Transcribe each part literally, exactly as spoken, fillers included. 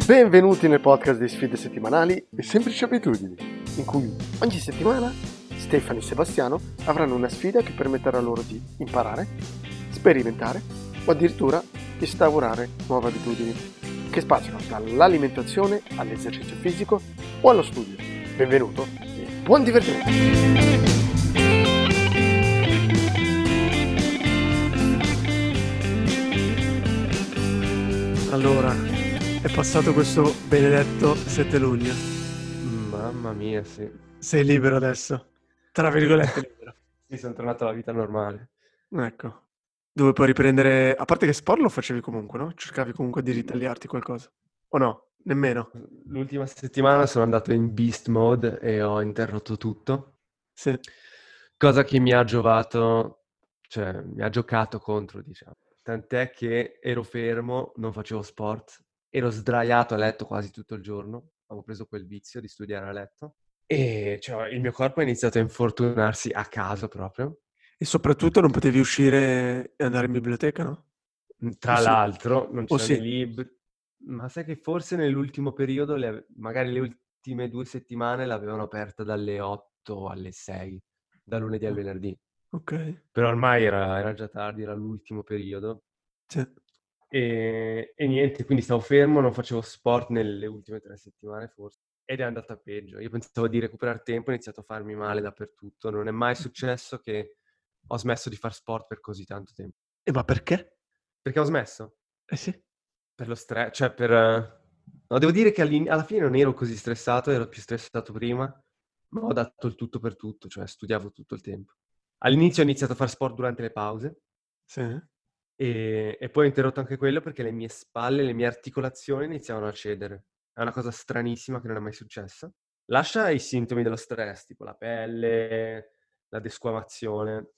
Benvenuti nel podcast di sfide settimanali e semplici abitudini, in cui ogni settimana Stefano e Sebastiano avranno una sfida che permetterà loro di imparare, sperimentare o addirittura instaurare nuove abitudini che spaziano dall'alimentazione all'esercizio fisico o allo studio. Benvenuto e buon divertimento! Allora, è passato questo benedetto sette luglio. Mamma mia, sì. Sei libero adesso? Tra virgolette libero. Sì, sono tornato alla vita normale. Ecco. Dove puoi riprendere... A parte che sport lo facevi comunque, no? Cercavi comunque di ritagliarti qualcosa. O no? Nemmeno? L'ultima settimana sono andato in beast mode e ho interrotto tutto. Sì. Cosa che mi ha giovato, cioè mi ha giocato contro, diciamo. Tant'è che ero fermo, non facevo sport, ero sdraiato a letto quasi tutto il giorno. Avevo preso quel vizio di studiare a letto. E cioè, il mio corpo ha iniziato a infortunarsi a caso proprio. E soprattutto non potevi uscire e andare in biblioteca, no? O Tra sì? l'altro, non O c'erano sì? i libri, ma sai che forse nell'ultimo periodo, le ave- magari le ultime due settimane l'avevano aperta dalle otto alle sei, da lunedì al venerdì. Ok. Però ormai era, era già tardi, era l'ultimo periodo. Sì. E, e niente, quindi stavo fermo, non facevo sport nelle ultime tre settimane forse. Ed è andata peggio. Io pensavo di recuperare tempo, ho iniziato a farmi male dappertutto. Non è mai successo che ho smesso di fare sport per così tanto tempo. E ma perché? Perché ho smesso? Eh sì. Per lo stress, cioè per... eh, No, devo dire che all'in- alla fine non ero così stressato, ero più stressato prima, ma ho dato il tutto per tutto, cioè studiavo tutto il tempo. All'inizio ho iniziato a fare sport durante le pause Sì. e, e poi ho interrotto anche quello perché le mie spalle, le mie articolazioni iniziavano a cedere. È una cosa stranissima che non è mai successa. Lascia i sintomi dello stress, tipo la pelle, la desquamazione,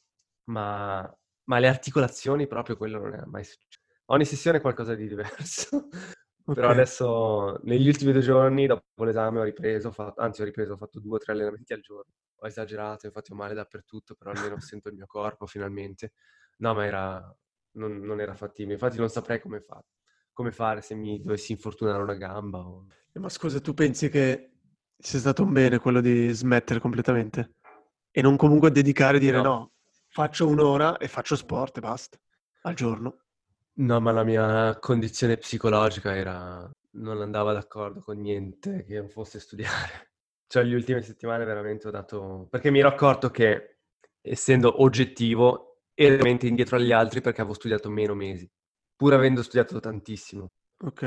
ma, ma le articolazioni proprio quello non è mai successo. Ogni sessione è qualcosa di diverso. Però Ok. adesso, negli ultimi due giorni, dopo l'esame, ho ripreso, ho fatto- anzi ho ripreso, ho fatto due o tre allenamenti al giorno. Ho esagerato, infatti ho male dappertutto, però almeno sento il mio corpo finalmente. No, ma era, non, non era fattibile. Infatti non saprei come fare, come fare se mi dovessi infortunare una gamba. O... Eh, Ma scusa, tu pensi che sia stato un bene quello di smettere completamente? E non comunque dedicare e dire No, no, faccio un'ora e faccio sport e basta, al giorno. no, ma la mia condizione psicologica era... non andava d'accordo con niente che non fosse studiare. Cioè, le ultime settimane veramente ho dato... Perché mi ero accorto che, essendo oggettivo, ero veramente indietro agli altri perché avevo studiato meno mesi, pur avendo studiato tantissimo. Ok.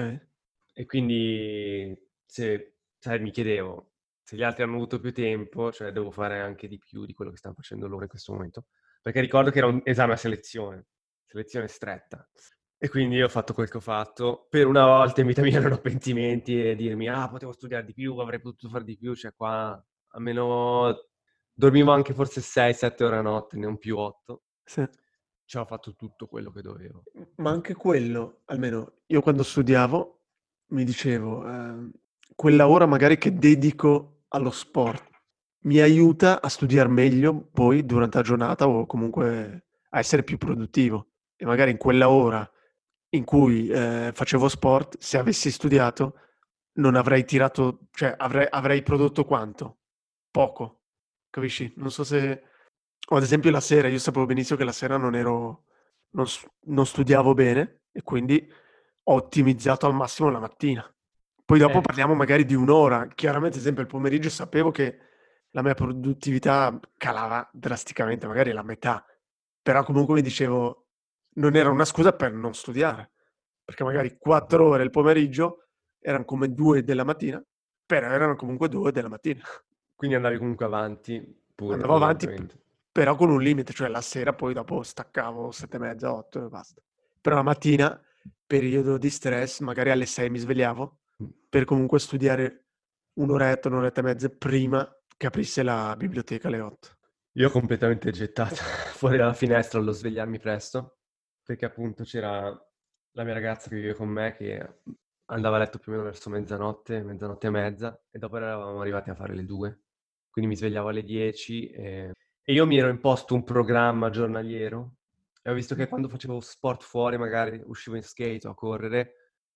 E quindi, se, sai, mi chiedevo, se gli altri hanno avuto più tempo, cioè devo fare anche di più di quello che stanno facendo loro in questo momento. Perché ricordo che era un esame a selezione, selezione stretta. E quindi ho fatto quel che ho fatto. Per una volta in vita mia non ho pentimenti e dirmi, ah, potevo studiare di più, avrei potuto fare di più. Cioè qua, almeno, dormivo anche forse sei sette ore a notte, non più otto. Sì. Cioè ho fatto tutto quello che dovevo. Ma anche quello, almeno io quando studiavo mi dicevo, ehm, quella ora magari che dedico allo sport mi aiuta a studiare meglio poi durante la giornata o comunque a essere più produttivo. E magari in quella ora in cui eh, facevo sport, se avessi studiato, non avrei tirato, cioè avrei, avrei prodotto quanto? Poco, capisci? Non so se... O ad esempio la sera, io sapevo benissimo che la sera non ero, non, s- non studiavo bene e quindi ho ottimizzato al massimo la mattina. Poi dopo Eh, parliamo magari di un'ora. Chiaramente, ad esempio, il pomeriggio sapevo che la mia produttività calava drasticamente, magari la metà, però comunque mi dicevo, non era una scusa per non studiare, perché magari quattro ore il pomeriggio erano come due della mattina, però erano comunque due della mattina. quindi andavi comunque avanti, pur Andavo avanti, p- lentamente. però con un limite, cioè la sera poi dopo staccavo sette e mezza, otto e basta. Però la mattina, periodo di stress, magari alle sei mi svegliavo per comunque studiare un'oretta, un'oretta e mezza prima che aprisse la biblioteca alle otto. Io ho completamente gettato fuori dalla finestra allo svegliarmi presto, perché appunto c'era la mia ragazza che vive con me che andava a letto più o meno verso mezzanotte, mezzanotte e mezza, e dopo eravamo arrivati a fare le due. Quindi mi svegliavo alle dieci e, e io mi ero imposto un programma giornaliero e ho visto che quando facevo sport fuori, magari uscivo in skate o a correre,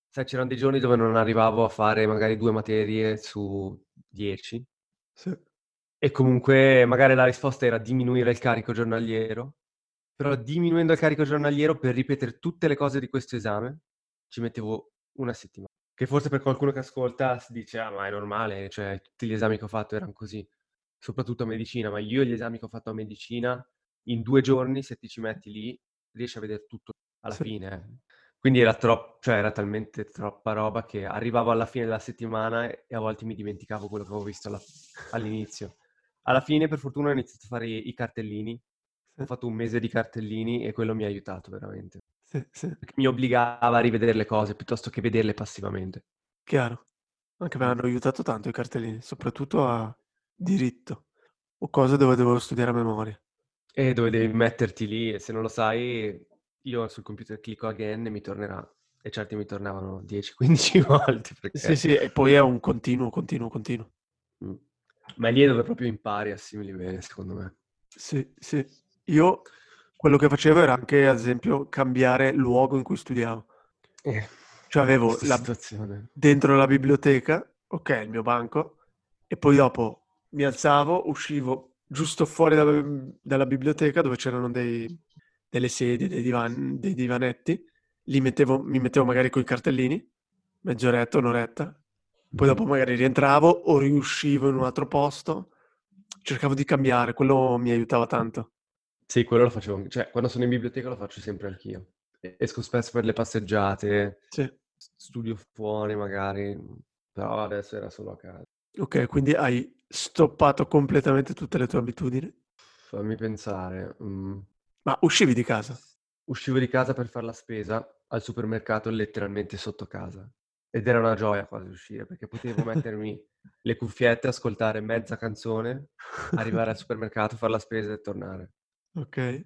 sai, c'erano dei giorni dove non arrivavo a fare magari due materie su dieci Sì, e comunque magari la risposta era diminuire il carico giornaliero, però diminuendo il carico giornaliero per ripetere tutte le cose di questo esame ci mettevo una settimana. Che forse per qualcuno che ascolta si dice: "Ah, ma è normale, cioè tutti gli esami che ho fatto eran così", soprattutto a medicina, ma io gli esami che ho fatto a medicina in due giorni, se ti ci metti lì, riesci a vedere tutto alla sì, fine, eh. Quindi era trop cioè era talmente troppa roba che arrivavo alla fine della settimana e e a volte mi dimenticavo quello che avevo visto alla all'inizio. Alla fine per fortuna ho iniziato a fare i i cartellini. Ho sì, fatto un mese di cartellini e quello mi ha aiutato veramente. sì, sì, Perché mi obbligava a rivedere le cose piuttosto che vederle passivamente. chiaro. Anche a me Mh. hanno aiutato tanto i cartellini, soprattutto a diritto o cose dove dovevo studiare a memoria. E dove devi metterti lì e se non lo sai, io sul computer clicco again e mi tornerà. E certi mi tornavano dieci, quindici volte Sì, perché sì, e poi è un continuo, continuo, continuo. mh. Ma è lì è dove proprio impari, assimili bene, secondo me. Sì, sì. Io quello che facevo era anche, ad esempio, cambiare luogo in cui studiavo. Eh, Cioè avevo questa la situazione. dentro la biblioteca, okay, il mio banco, e poi dopo mi alzavo, uscivo giusto fuori dalla mhmm, dalla biblioteca dove c'erano dei delle sedie, dei divan dei divanetti, li mettevo mi mettevo magari coi cartellini, mezz'oretta, un oretta, poi Mh-mh. dopo magari rientravo o riuscivo in un altro posto. Cercavo di cambiare, quello mi aiutava tanto. Sì, quello lo facevo cioè quando sono in biblioteca lo faccio sempre anch'io. E esco spesso per le passeggiate, Sì. s studio fuori magari, mhmm, però adesso era solo a casa. Okay, quindi hai stoppato completamente tutte le tue abitudini. Fammi pensare, mhmm, Ma uscivi di casa? uscivo di casa per far la spesa al supermercato letteralmente sotto casa ed era una gioia quasi uscire, perché potevo mettermi le cuffiette, ascoltare mezza canzone, arrivare al supermercato, far la spesa e tornare. Okay.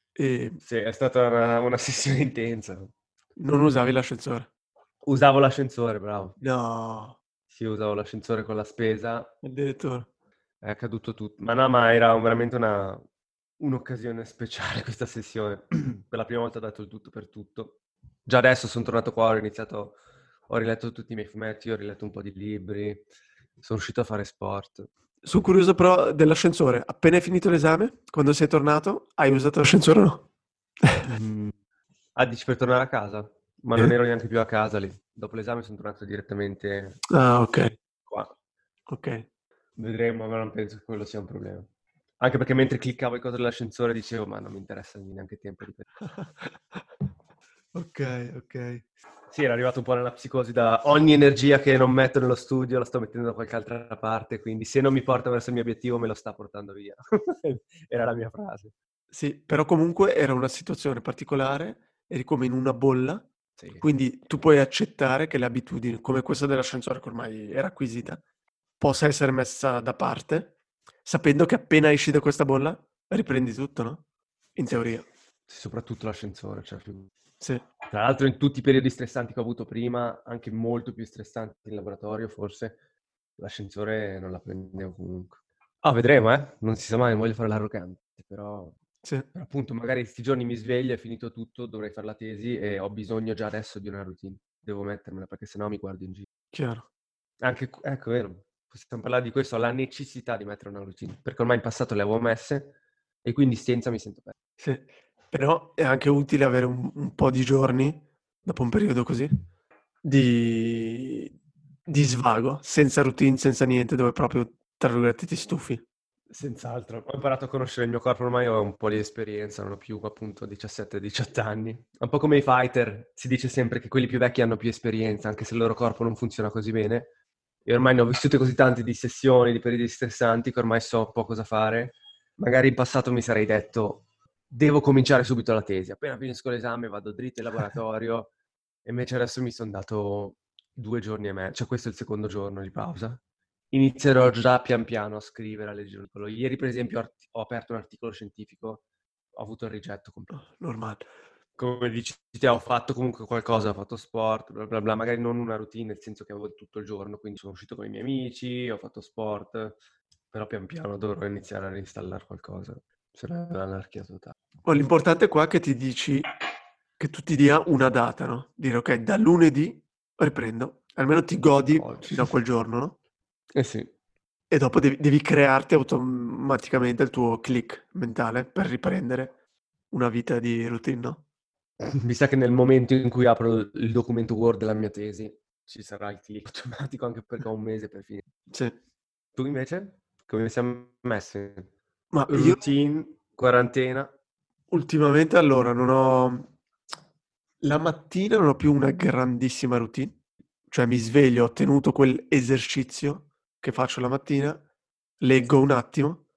E Sì, è stata una una sessione intensa. non usavi l'ascensore? Usavo l'ascensore, bravo. No, Sì, usavo l'ascensore con la spesa, addirittura. è accaduto tut ma no, ma era veramente una un'occasione speciale questa sessione. Per la prima volta ho dato il tutto per tutto. Già adesso son tornato qua, ho iniziato ho riletto tutti i miei fumetti, ho riletto un po' di libri, sono uscito a fare sport. Son curioso però dell'ascensore. Appena hai finito l'esame, quando sei tornato, hai usato l'ascensore o no? Mhmm, ah, dici per tornare a casa? Ma non Sì? ero neanche più a casa lì. Dopo l'esame son tornato direttamente Ah, okay, qua. okay. Vedremo, ma non penso che quello sia un problema. Anche perché mentre cliccavo il coso dell'ascensore dicevo: "Ma non mi interessa neanche tempo di pe". Okay, okay. Sì, era arrivato un po' nella psicosi da ogni energia che non metto nello studio la sto mettendo da qualche altra parte, quindi se non mi porta verso il mio obiettivo me lo sta portando via. Era la mia frase. Sì, però comunque era una situazione particolare, eri come in una bolla, Sì. quindi tu puoi accettare che le abitudini, come questa dell'ascensore che ormai era acquisita, possa essere messa da parte, sapendo che appena esci da questa bolla riprendi tutto, no, in Sì. teoria. Sì, soprattutto l'ascensore, cioè figu Sì, tra l'altro in tutti i periodi stressanti che ho avuto prima, anche molto più stressanti in laboratorio forse, l'ascensore non la prendevo comunque. Ah, vedremo, eh, non si sa mai, non voglio fare l'arrogante, però sì, però appunto magari 'sti giorni mi sveglio, è finito tutto, dovrei far la tesi e ho bisogno già adesso di una routine. Devo mettermela perché se no mi guardo in giro. chiaro. Anche q ecco, è vero, possiamo parlare di questo, ho la necessità di mettere una routine, perché ormai in passato le avevo messe e quindi senza mi sento pe Sì, però è anche utile avere un un po' di giorni, dopo un periodo così, di di svago, senza routine, senza niente, dove proprio, tra virgolette, "ti stufi". Senz'altro. Ho imparato a conoscere il mio corpo, ormai ho un po' di esperienza, non ho più appunto diciassette, diciotto anni. È un po' come i fighter, si dice sempre che quelli più vecchi hanno più esperienza, anche se il loro corpo non funziona così bene. E ormai ne ho vissute così tante di sessioni, di periodi stressanti, che ormai so un po' cosa fare. Magari in passato mi sarei detto: "Devo cominciare subito la tesi, appena finisco l'esame vado dritto in laboratorio." E invece adesso mi son dato due giorni e me cioè questo è il secondo giorno di pausa. Inizierò già pian piano a scrivere, a leggere un articolo. Ieri per esempio art ho aperto un articolo scientifico, ho avuto il rigetto comple Oh, normal come dici te, ho fatto comunque qualcosa, ho fatto sport, bla bla bla, magari non una routine, nel senso che avevo tutto il giorno, quindi sono uscito con i miei amici, ho fatto sport, però pian piano dovrò iniziare a reinstallar qualcosa, se no è l'anarchia totale. Oh, l'importante qua è che ti dici che tu ti dia una data, no, dire: "Okay, da lunedì riprendo. Almeno ti godi No. fino a quel giorno, no? Eh sì. E dopo devi, devi crearti automaticamente il tuo click mentale per riprendere una vita di routine, no? Mi sa che nel momento in cui apro il documento Word della mia tesi ci sarà il click automatico, anche perché ho un mese per finire. Sì. Tu invece? Come siamo messi? Ma io Routine, quarantena? ultimamente allora non ho... La mattina non ho più una grandissima routine, cioè mi sveglio, ho tenuto quel esercizio che faccio la mattina, leggo un attimo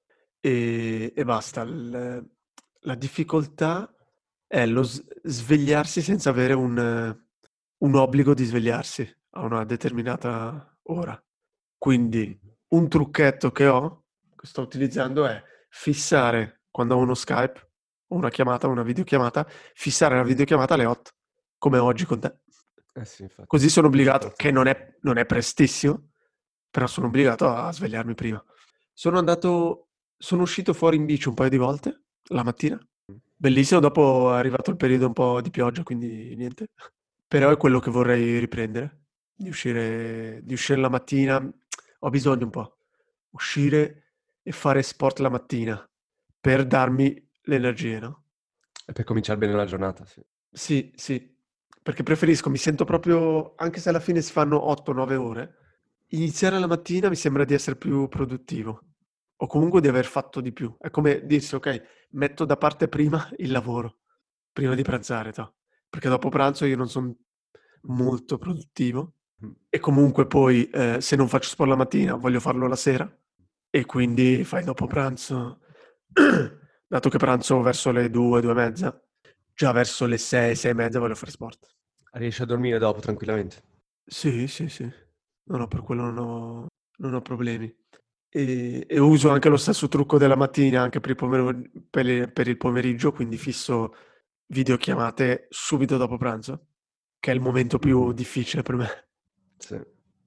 e, e basta. Il- la difficoltà è lo s- svegliarsi senza avere un, eh, un obbligo di svegliarsi a una determinata ora. Quindi un trucchetto che ho, che sto utilizzando, è fissare quando ho uno Skype o una chiamata, una videochiamata, fissare la videochiamata alle otto, come oggi con te. Eh sì, infatti. Così sono Non ci obbligato, penso. che non è, non è prestissimo, però sono obbligato a svegliarmi prima. Sono andato, sono uscito fuori in bici un paio di volte la mattina. Bellissimo, dopo è arrivato il periodo un po' di pioggia, quindi niente. Però è quello che vorrei riprendere, di uscire, di uscire la mattina. Ho bisogno un po', uscire e fare sport la mattina per darmi le energie, no? E per cominciare bene la giornata, sì. Sì, sì, perché preferisco, mi sento proprio, anche se alla fine si fanno otto nove ore, iniziare la mattina mi sembra di essere più produttivo o comunque di aver fatto di più. È come dirsi, ok, metto da parte prima il lavoro, prima di pranzare, toh. Perché dopo pranzo io non sono molto produttivo Mm. e comunque poi eh, se non faccio sport la mattina voglio farlo la sera e quindi fai dopo pranzo, dato che pranzo verso le due, due e mezza, già verso le sei, sei e mezza voglio fare sport. Riesci a dormire dopo tranquillamente? Sì, sì, sì. No, no, per quello non ho, non ho problemi. E, e uso anche lo stesso trucco della mattina anche per il, pomer- per il- per il pomeriggio, quindi fisso videochiamate subito dopo pranzo, che è il momento più difficile per me. Sì.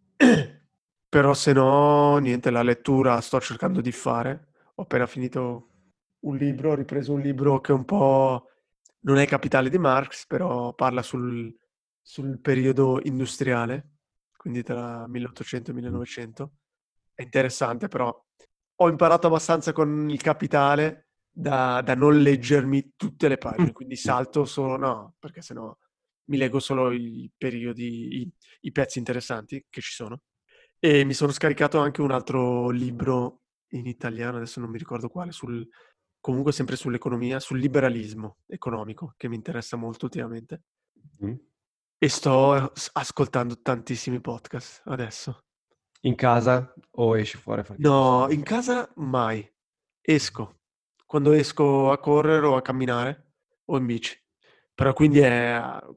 Però se no, niente, la lettura sto cercando di fare. Ho appena finito un libro, ho ripreso un libro che un po' non è Capitale di Marx, però parla sul, sul periodo industriale, quindi tra milleottocento e millenovecento. È interessante, però ho imparato abbastanza con il Capitale da, da non leggermi tutte le pagine, quindi salto solo, no, perché sennò mi leggo solo i periodi, i, i pezzi interessanti che ci sono. E mi sono scaricato anche un altro libro in italiano, adesso non mi ricordo quale, sul, comunque sempre sull'economia, sul liberalismo economico, che mi interessa molto ultimamente. Mm. E sto s- ascoltando tantissimi podcast adesso. In casa o esci fuori a fare che cosa? No, in casa mai. Esco. Quando esco a correre o a camminare o in bici. Però quindi è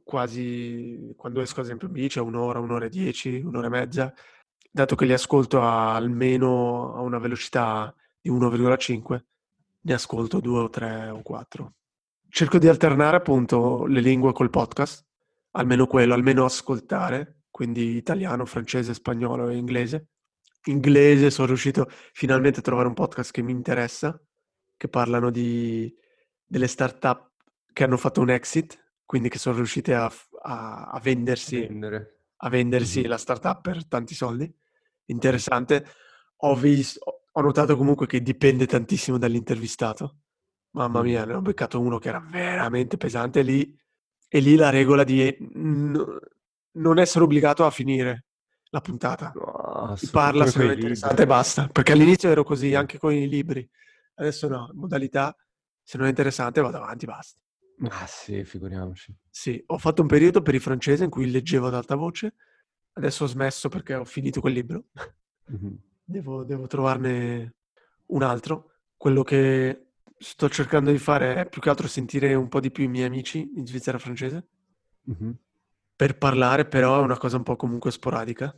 quasi, quando esco ad esempio in bici, è un'ora, un'ora e dieci, un'ora e mezza, dato che li ascolto a- almeno a una velocità di uno virgola cinque, ne ascolto due o tre o quattro. Cerco di alternare appunto le lingue col podcast, almeno quello, almeno ascoltare, quindi italiano, francese, spagnolo e inglese. Inglese sono riuscito finalmente a trovare un podcast che mi interessa, che parlano di, delle start-up che hanno fatto un exit, quindi che sono riuscite a, f- a- a vendersi, Vendere. a vendersi Mhm. la startup per tanti soldi. Mhm. Interessante. Ho visto, ho notato comunque che dipende tantissimo dall'intervistato. Mamma Mm. mia, ne ho beccato uno che era veramente pesante lì, e lì la regola di n- non essere obbligato a finire la puntata. No, Si assu- parla come se non quei è libri. interessante e basta, perché all'inizio ero così Sì. anche con i libri. Adesso no, modalità, se non è interessante vado avanti, basta. Ma sì, figuriamoci. Sì, ho fatto un periodo per il francese in cui leggevo ad alta voce, adesso ho smesso perché ho finito quel libro. Mhm. Devo, devo trovarne un altro. Quello che sto cercando di fare è più che altro sentire un po' di più i miei amici in Svizzera francese Mhm. per parlare, però è una cosa un po' comunque sporadica.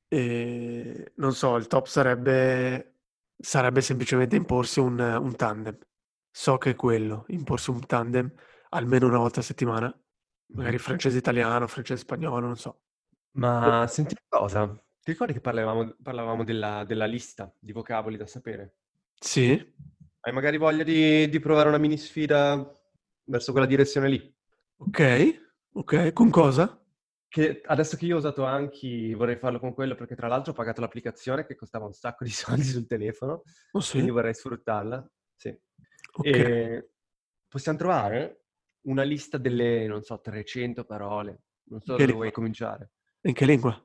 E non so, il top sarebbe, sarebbe semplicemente imporsi un, un tandem. So che è quello, imporsi un tandem almeno una volta a settimana, Mhm. magari francese-italiano, francese-spagnolo, non so. Ma senti una cosa, ti ricordi che parlavamo, parlavamo della, della lista di vocaboli da sapere? Sì, Hai magari voglia di, di provare una mini sfida verso quella direzione lì? ok, ok, con cosa? Che adesso che io ho usato Anki vorrei farlo con quello, perché tra l'altro ho pagato l'applicazione che costava un sacco di soldi sul telefono, Oh quindi sì? vorrei sfruttarla. Sì. Ok. E possiamo trovare una lista delle, non so, trecento parole. Non In so che dove vuoi lingua? cominciare. In che lingua?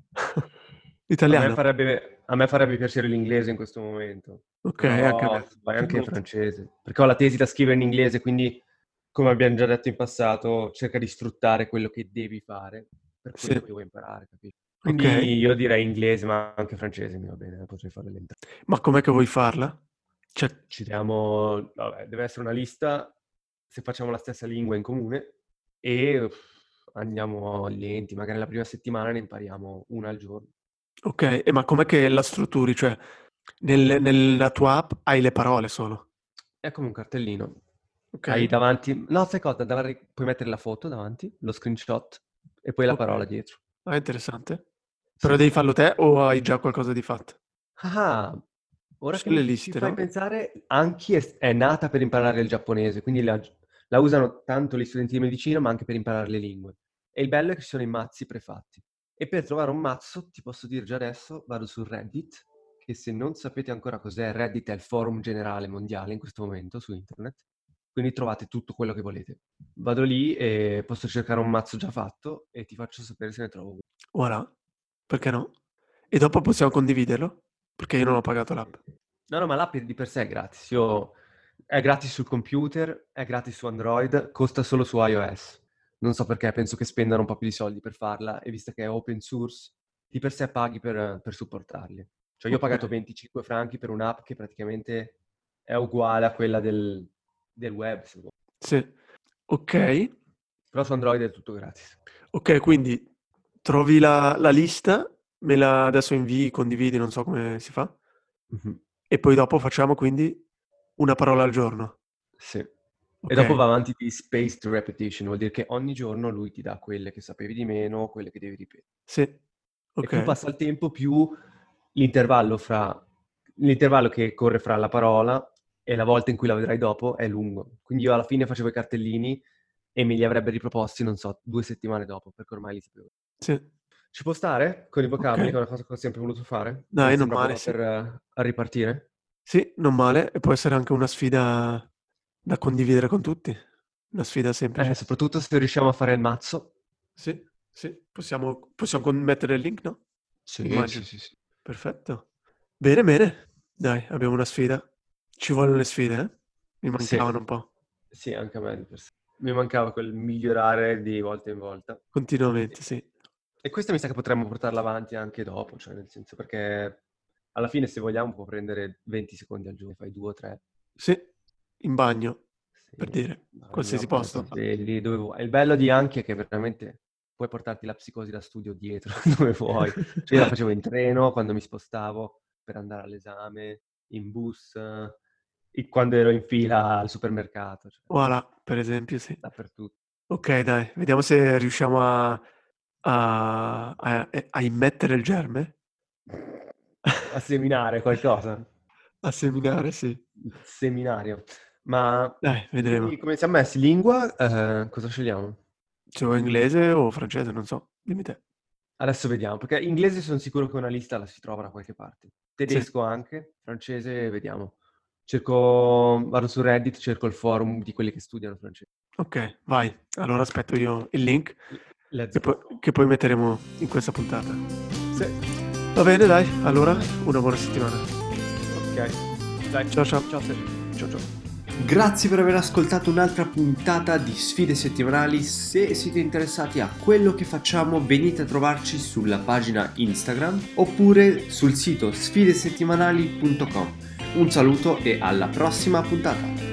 A me Italiano? farebbe, a me farebbe piacere l'inglese in questo momento, Ok, anche a però me. vai Che anche il molto. francese, perché ho la tesi da scrivere in inglese, quindi, come abbiamo già detto in passato, cerca di sfruttare quello che devi fare per Sì. quello che vuoi imparare, capito? Ok. Quindi io direi inglese, ma anche francese mi va bene, potrei fare le entrambe. Ma com'è che vuoi farla? Cioè, Ci diamo, vabbè, deve essere una lista, se facciamo la stessa lingua in comune, e uff, andiamo lenti, magari la prima settimana ne impariamo una al giorno. ok, e ma com'è che la strutturi? Cioè, nel- nella tua app hai le parole solo. È come un cartellino. Ok? Hai davanti... No, sai cosa? Davanti- Puoi mettere la foto davanti, lo screenshot, e poi la Ok. parola dietro. Ah, interessante. Però Sì. devi farlo te o hai già qualcosa di fatto? Ah, ora Ci che sono le mi ci liste, fai no? pensare, Anki è, è nata per imparare il giapponese, quindi la, la usano tanto gli studenti di medicina, ma anche per imparare le lingue. E il bello è che ci sono i mazzi prefatti. E per trovare un mazzo, ti posso dire già adesso, vado su Reddit, che se non sapete ancora cos'è, Reddit è il forum generale mondiale in questo momento su internet, quindi trovate tutto quello che volete. Vado lì e posso cercare un mazzo già fatto e ti faccio sapere se ne trovo uno. Voilà. Perché no? E dopo possiamo condividerlo? Perché io non ho pagato l'app. No, no, ma l'app di per sé è gratis. Io... È gratis sul computer, è gratis su Android, costa solo su iOS. Non so perché, penso che spendano un po' più di soldi per farla, e visto che è open source, di per sé paghi per, per supportarli. Cioè io ho Ok. pagato venticinque franchi per un'app che praticamente è uguale a quella del, del web, se vuoi. Sì. Ok. Però su Android è tutto gratis. Ok, quindi trovi la, la lista, me la adesso invii, condividi, non so come si fa. Mhm. E poi dopo facciamo quindi una parola al giorno. Sì. E Ok? dopo va avanti di spaced repetition, vuol dire che ogni giorno lui ti dà quelle che sapevi di meno, quelle che devi ripetere. Sì. E più Ok. passa il tempo, più l'intervallo fra l'intervallo che corre fra la parola e la volta in cui la vedrai dopo è lungo. Quindi io alla fine facevo i cartellini e me li avrebbe riproposti, non so, due settimane dopo, perché ormai li sapevo. Sì. Ci può stare con i Ok. vocaboli, che è una cosa che ho sempre voluto fare? E mi Dai, non sembra male, buona sì. per eh, a ripartire? Sì, non male. E può essere anche una sfida da condividere con tutti. Una sfida Eh, semplice. soprattutto se riusciamo a fare il mazzo. Sì, sì. Possiamo, possiamo con- mettere il link, no? Sì, sì, Immagino. sì, sì. Perfetto. Bene, bene. Dai, abbiamo una sfida. Ci vogliono le sfide, eh? Mi Sì, mancavano un po'. sì, anche a me di per sé. Mi mancava quel migliorare di volta in volta. Continuamente, sì. E questa mi sa che potremmo portarla avanti anche dopo, cioè nel senso perché alla fine se vogliamo può prendere venti secondi al giorno, fai due o tre, Sì, in bagno, per sì, dire, bagno, qualsiasi appena posto. ti svegli, dove vuoi. E il bello di Anki è che veramente puoi portarti la psicosi da studio dietro, dove vuoi. Cioè io la facevo in treno, quando mi spostavo per andare all'esame, in bus, e quando ero in fila al supermercato, cioè Voilà, per esempio, sì. dappertutto. Ok, dai, vediamo se riusciamo a, a, a- a immettere il germe. A seminare qualcosa. A seminare, sì. Il seminario. Ma Dai, vedremo. quindi come siamo messi? Lingua? Eh, cosa scegliamo? Se vuoi inglese o francese, non so. Dimmi te. Adesso vediamo, perché inglese sono sicuro che una lista la si trova da qualche parte. Sì. Tedesco anche, francese, vediamo. Cerco, vado su Reddit, cerco il forum di quelli che studiano francese. Ok, vai. Allora aspetto io il link Let's che poi, go. che poi metteremo in questa puntata. Sì, Va bene, dai. Allora, una buona settimana. ok. Dai, Ciao ciao. ciao Sergio. Ciao ciao. Grazie per aver ascoltato un'altra puntata di Sfide Settimanali. Se siete interessati a quello che facciamo, venite a trovarci sulla pagina Instagram oppure sul sito sfidesettimanali punto com. Un saluto e alla prossima puntata!